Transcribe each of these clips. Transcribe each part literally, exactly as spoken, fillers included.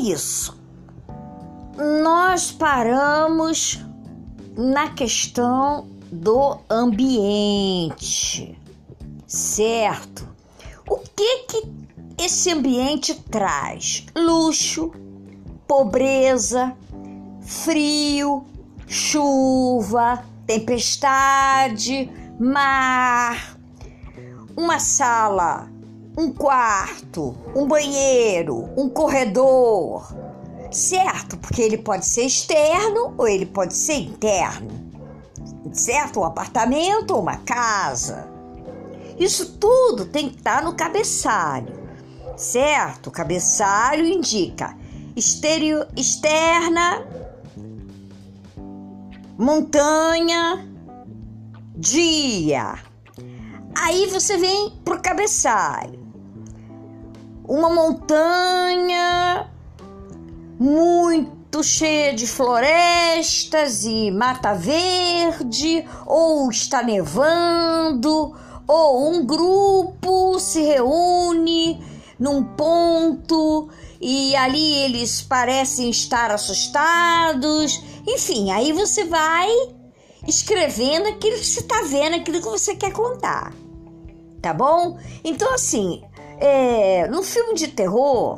isso. Nós paramos na questão do ambiente, certo? O que que esse ambiente traz? Luxo, pobreza, frio, chuva, tempestade, mar, uma sala, um quarto, um banheiro, um corredor, certo? Porque ele pode ser externo ou ele pode ser interno, certo? Um apartamento ou uma casa. Isso tudo tem que estar no cabeçalho, certo? O cabeçalho indica exterior, externa, montanha, dia. Aí você vem pro cabeçalho. Uma montanha muito cheia de florestas e mata verde, ou está nevando, ou um grupo se reúne num ponto e ali eles parecem estar assustados. Enfim, aí você vai escrevendo aquilo que você está vendo, aquilo que você quer contar, tá bom? Então, assim, é, no filme de terror,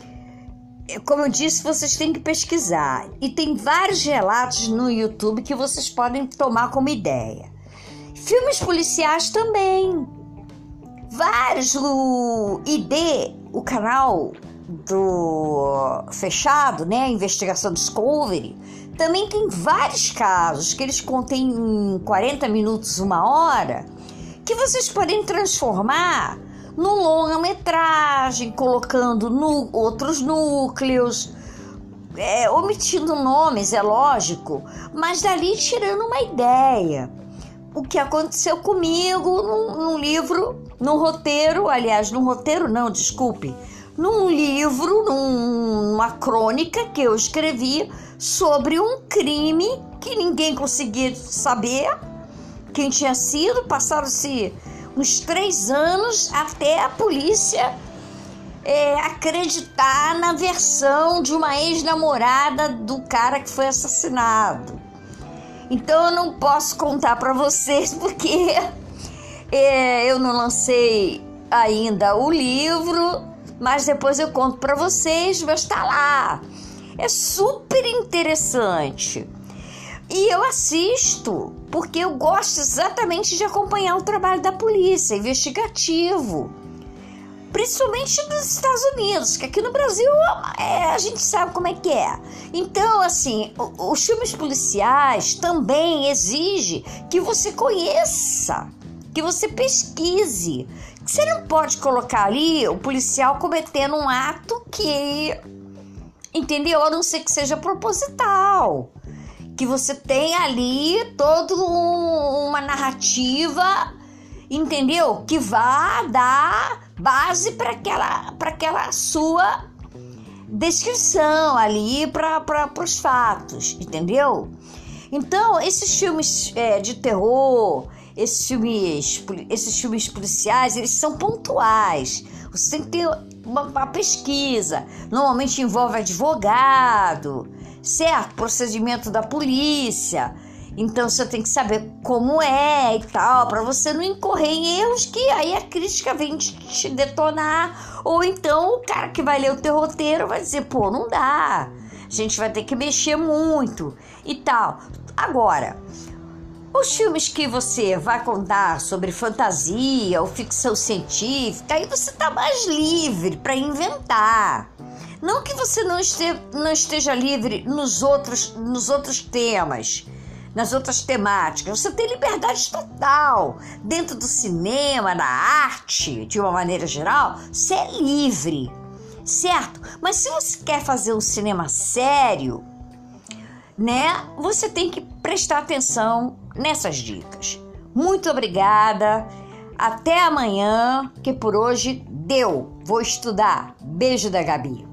como eu disse, vocês têm que pesquisar. E tem vários relatos no YouTube que vocês podem tomar como ideia. Filmes policiais também. Vários. O I D, o canal do fechado, né? Investigação Discovery, também tem vários casos que eles contam em quarenta minutos, uma hora, que vocês podem transformar num longa-metragem, colocando nu- outros núcleos, é, omitindo nomes, é lógico, mas dali tirando uma ideia. O que aconteceu comigo num, num livro, num roteiro, aliás, num roteiro não, desculpe, num livro, num, numa crônica que eu escrevi sobre um crime que ninguém conseguia saber quem tinha sido. Passaram-se uns três anos até a polícia é, acreditar na versão de uma ex-namorada do cara que foi assassinado. Então eu não posso contar para vocês porque é, eu não lancei ainda o livro, mas depois eu conto para vocês, mas tá lá. É super interessante. E eu assisto porque eu gosto exatamente de acompanhar o trabalho da polícia investigativo, principalmente nos Estados Unidos, que aqui no Brasil é, a gente sabe como é que é. Então, assim, os filmes policiais também exigem que você conheça, que você pesquise. Você não pode colocar ali o policial cometendo um ato que, entendeu? A não ser que seja proposital. Que você tem ali toda um, uma narrativa, entendeu? Que vá dar base para aquela, para aquela sua descrição ali, para os fatos, entendeu? Então, esses filmes é, de terror, esses filmes, esses filmes policiais, eles são pontuais. Você tem que ter uma, uma pesquisa. Normalmente envolve advogado, certo? Procedimento da polícia. Então você tem que saber como é e tal, para você não incorrer em erros que aí a crítica vem te, te detonar. Ou então o cara que vai ler o teu roteiro vai dizer, pô, não dá, a gente vai ter que mexer muito e tal. Agora, os filmes que você vai contar sobre fantasia ou ficção científica, aí você tá mais livre para inventar. Não que você não esteja, não esteja livre nos outros, nos outros temas, nas outras temáticas. Você tem liberdade total. Dentro do cinema, da arte, de uma maneira geral, você é livre, certo? Mas se você quer fazer um cinema sério, né, você tem que prestar atenção nessas dicas. Muito obrigada. Até amanhã, que por hoje deu. Vou estudar. Beijo da Gabi.